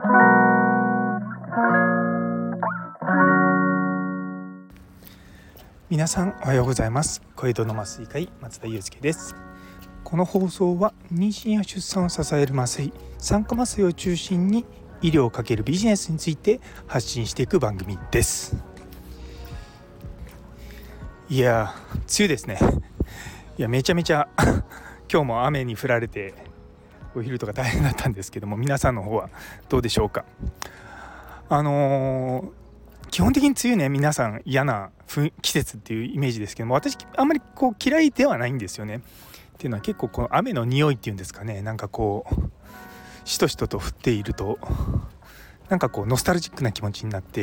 皆さんおはようございます。小江戸の麻酔科医松田祐介です。この放送は妊娠や出産を支える麻酔、産科麻酔を中心に医療をかけるビジネスについて発信していく番組です。いや梅雨ですね。いやめちゃめちゃ今日も雨に降られてお昼とか大変だったんですけども、皆さんの方はどうでしょうか。基本的に梅雨ね、皆さん嫌な季節っていうイメージですけども、私あんまり嫌いではないんですよね。っていうのは結構この雨の匂いっていうんですかね、しとしとと降っているとノスタルジックな気持ちになって、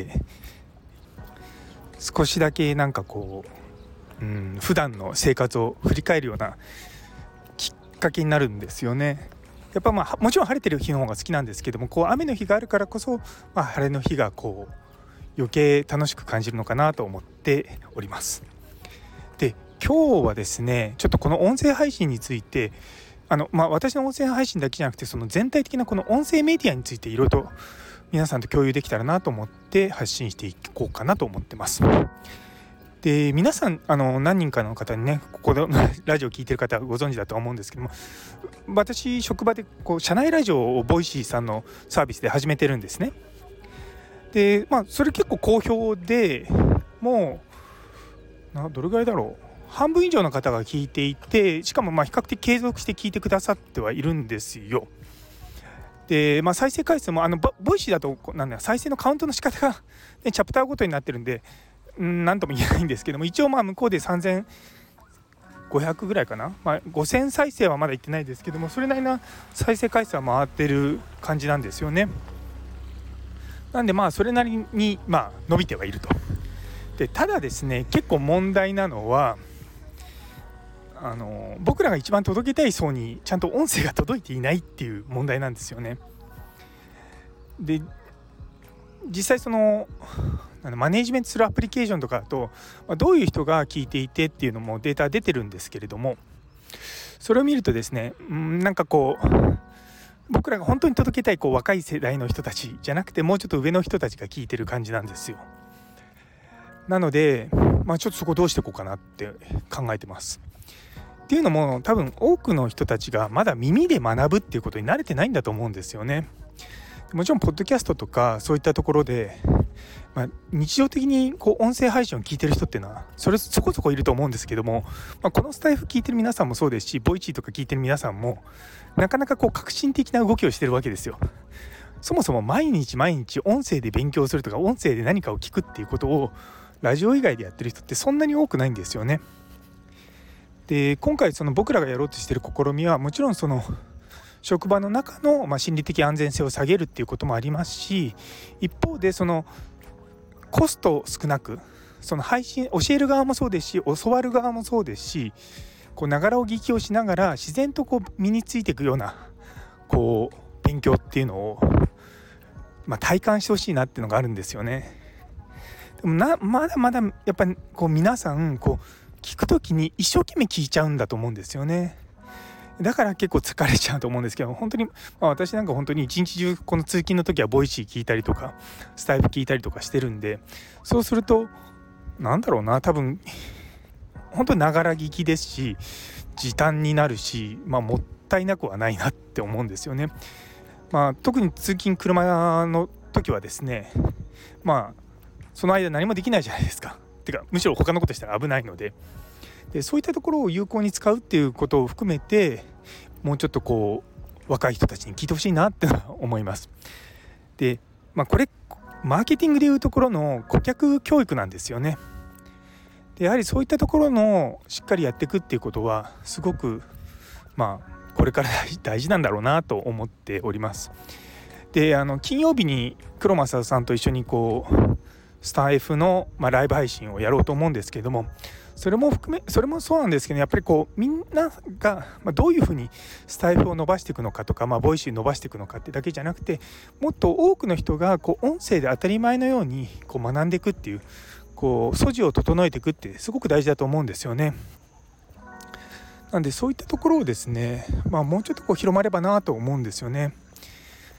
少しだけ普段の生活を振り返るようなきっかけになるんですよね。やっぱもちろん晴れてる日の方が好きなんですけども、雨の日があるからこそ、晴れの日が余計楽しく感じるのかなと思っております。で、今日はですね、ちょっとこの音声配信について私の音声配信だけじゃなくて、その全体的なこの音声メディアについていろいろと皆さんと共有できたらなと思って発信していこうかなと思ってます。で、皆さん何人かの方にね、ここのラジオ聞いてる方はご存知だと思うんですけども、私職場で社内ラジオをボイシーさんのサービスで始めてるんですね。で、それ結構好評で、もうどれぐらいだろう、半分以上の方が聞いていて、しかも比較的継続して聞いてくださってはいるんですよ。で、再生回数もボイシーだと再生のカウントの仕方が、ね、チャプターごとになってるんで何とも言えないんですけども、一応向こうで3500ぐらいかな、5000再生はまだいってないですけども、それなりな再生回数は回ってる感じなんですよね。なんでそれなりに伸びてはいると。で、ただですね、結構問題なのは僕らが一番届けたい層にちゃんと音声が届いていないっていう問題なんですよね。で、実際マネージメントするアプリケーションとかだと、どういう人が聞いていてっていうのもデータ出てるんですけれども、それを見るとですね、僕らが本当に届けたい若い世代の人たちじゃなくて、もうちょっと上の人たちが聞いてる感じなんですよ。なので、ちょっとそこどうしていこうかなって考えてます。っていうのも、多分多くの人たちがまだ耳で学ぶっていうことに慣れてないんだと思うんですよね。もちろんポッドキャストとかそういったところで、日常的に音声配信を聞いてる人っていうのはそこそこいると思うんですけども、このスタイフ聞いてる皆さんもそうですし、ボイチーとか聞いてる皆さんもなかなか革新的な動きをしてるわけですよ。そもそも毎日音声で勉強するとか、音声で何かを聞くっていうことをラジオ以外でやってる人ってそんなに多くないんですよね。で、今回僕らがやろうとしている試みは、もちろん職場の中の心理的安全性を下げるっていうこともありますし、一方でコスト少なく配信教える側もそうですし、教わる側もそうですし、ながらを聞きをしながら自然と身についていくような勉強っていうのを体感してほしいなっていうのがあるんですよね。でもまだまだやっぱり皆さん聞くときに一生懸命聞いちゃうんだと思うんですよね。だから結構疲れちゃうと思うんですけど、本当に、私なんか本当に一日中この通勤の時はボイシー聞いたりとかスタイフ聞いたりとかしてるんで、そうすると多分本当にながら聞きですし、時短になるし、もったいなくはないなって思うんですよね。特に通勤車の時はですね、その間何もできないじゃないですか。てかむしろ他のことしたら危ないので、そういったところを有効に使うっていうことを含めて、もうちょっと若い人たちに聞いてほしいなって思います。で、これマーケティングでいうところの顧客教育なんですよね。で、やはりそういったところのしっかりやっていくっていうことはすごくこれから大事なんだろうなと思っております。で、金曜日に黒正さんと一緒にスタイフのライブ配信をやろうと思うんですけれども、それもそうなんですけど、やっぱりみんながどういうふうにスタイフを伸ばしていくのかとか、ボイシー伸ばしていくのかってだけじゃなくて、もっと多くの人が音声で当たり前のように学んでいくっていう、素地を整えていくってすごく大事だと思うんですよね。なんでそういったところをですね、もうちょっと広まればなと思うんですよね。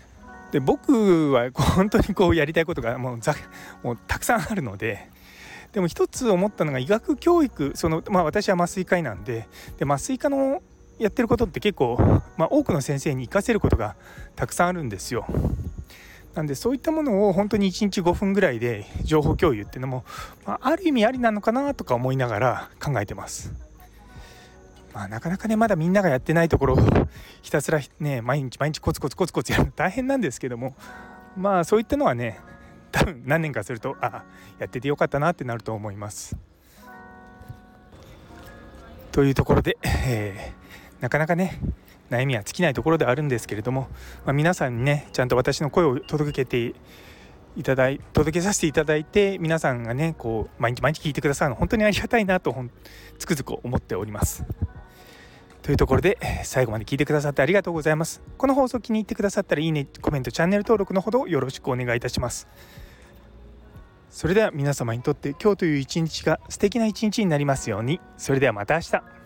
で僕は本当にやりたいことがもうたくさんあるので、でも一つ思ったのが医学教育、私は麻酔科医なんで、麻酔科のやってることって結構、多くの先生に活かせることがたくさんあるんですよ。なんでそういったものを本当に1日5分ぐらいで情報共有っていうのも、ある意味ありなのかなとか思いながら考えてます。なかなかねまだみんながやってないところをひたすらね毎日コツコツやるの大変なんですけども、そういったのはね多分何年かするとやっててよかったなってなると思います。というところで、なかなかね悩みは尽きないところではあるんですけれども、皆さんにねちゃんと私の声を届けさせていただいて、皆さんがね毎日聞いてくださるの本当にありがたいなとつくづく思っております。というところで最後まで聞いてくださってありがとうございます。この放送気に入ってくださったらいいね、コメント、チャンネル登録のほどよろしくお願いいたします。それでは皆様にとって今日という一日が素敵な一日になりますように。それではまた明日。